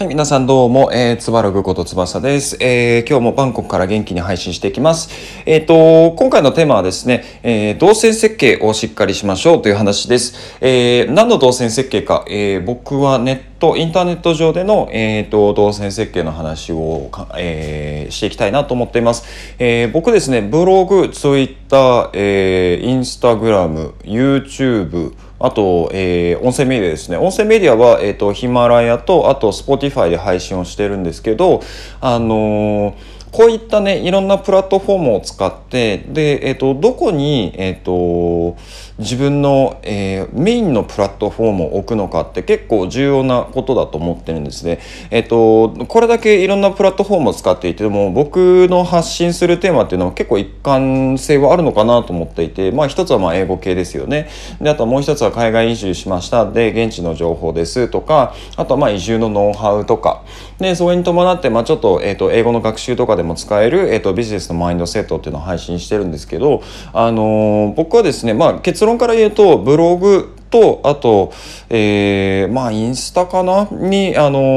はい、皆さんどうも、つばるぐことつばさです。今日もバンコクから元気に配信していきます。今回のテーマはですね、動線設計をしっかりしましょうという話です。何の動線設計か、僕はインターネット上での、動線設計の話をしていきたいなと思っています。僕ですね、ブログ、ツイッター、インスタグラム、YouTube、あと、音声メディアですね。音声メディアは、ヒマラヤと、あと、Spotify で配信をしてるんですけど、こういったね、いろんなプラットフォームを使って、で、どこに、自分の、メインのプラットフォームを置くのかって結構重要なことだと思ってるんですね。これだけいろんなプラットフォームを使っていても、僕の発信するテーマっていうのは結構一貫性はあるのかなと思っていて、まあ一つは英語系ですよね。で、あともう一つは海外移住しました。で、現地の情報ですとか、あとは移住のノウハウとか、で、それに伴って、ちょっと、英語の学習とかでも使える、ビジネスのマインドセットっていうのを配信してるんですけど、僕はですね、結論から言うと、ブログと、あと、インスタかなに、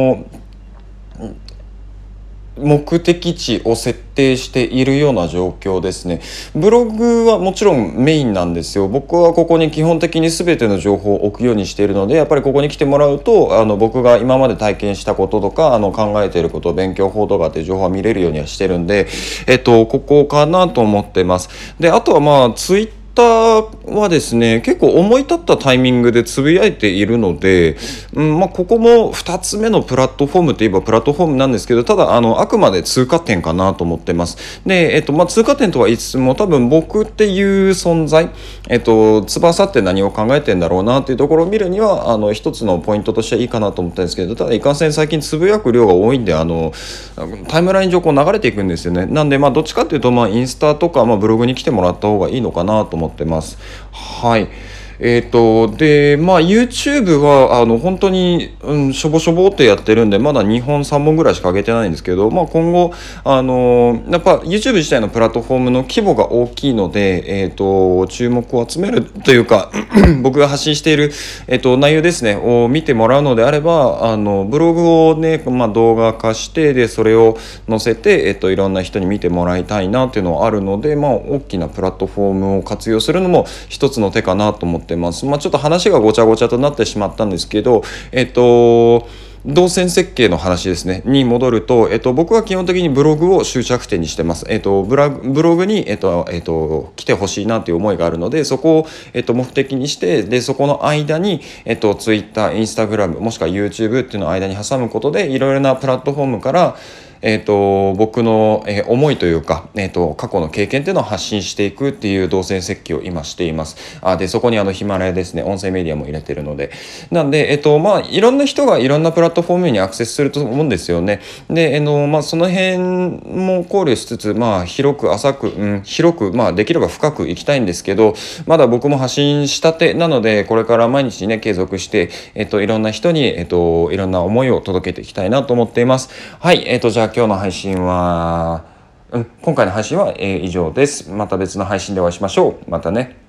目的地を設定しているような状況ですね。ブログはもちろんメインなんですよ。僕はここに基本的に全ての情報を置くようにしているので、やっぱりここに来てもらうと僕が今まで体験したこととか考えていること、勉強法とかっていう情報は見れるようにはしてるんで、ここかなと思ってます。で、あとはツイッターはですね、結構思い立ったタイミングでつぶやいているので、ここも2つ目のプラットフォームといえばプラットフォームなんですけど、ただあくまで通過点かなと思ってます。で、通過点とは言いつつも、多分僕っていう存在、翼って何を考えてんだろうなっていうところを見るには一つのポイントとしてはいいかなと思ったんですけど、ただいかんせん最近つぶやく量が多いんでタイムライン上流れていくんですよね。なんでどっちかっていうとインスタとかブログに来てもらった方がいいのかなと思ってます。はい。で、YouTube は本当に、しょぼしょぼってやってるんでまだ2本3本ぐらいしか上げてないんですけど、今後やっぱ YouTube 自体のプラットフォームの規模が大きいので、注目を集めるというか僕が発信している、内容ですねを見てもらうのであればブログをね、動画化してでそれを載せて、いろんな人に見てもらいたいなっていうのはあるので、大きなプラットフォームを活用するのも一つの手かなと思ってます。ちょっと話がごちゃごちゃとなってしまったんですけど、動線設計の話ですねに戻ると、僕は基本的にブログを終着点にしてます。ブログに、来てほしいなという思いがあるので、そこを、目的にして、でそこの間に、Twitter、Instagram もしくは YouTube っていうのを間に挟むことでいろいろなプラットフォームから僕の思いというか、過去の経験っていうのを発信していくっていう動線設計を今しています。でそこにヒマラヤですね、音声メディアも入れてるので、なんでいろんな人がいろんなプラットフォームにアクセスすると思うんですよね。でその辺も考慮しつつ広く浅く、広くできれば深くいきたいんですけど、まだ僕も発信したてなので、これから毎日ね継続していろんな人にいろんな思いを届けていきたいなと思っています。はい、じゃあ今日の配信は、今回の配信は、以上です。また別の配信でお会いしましょう。またね。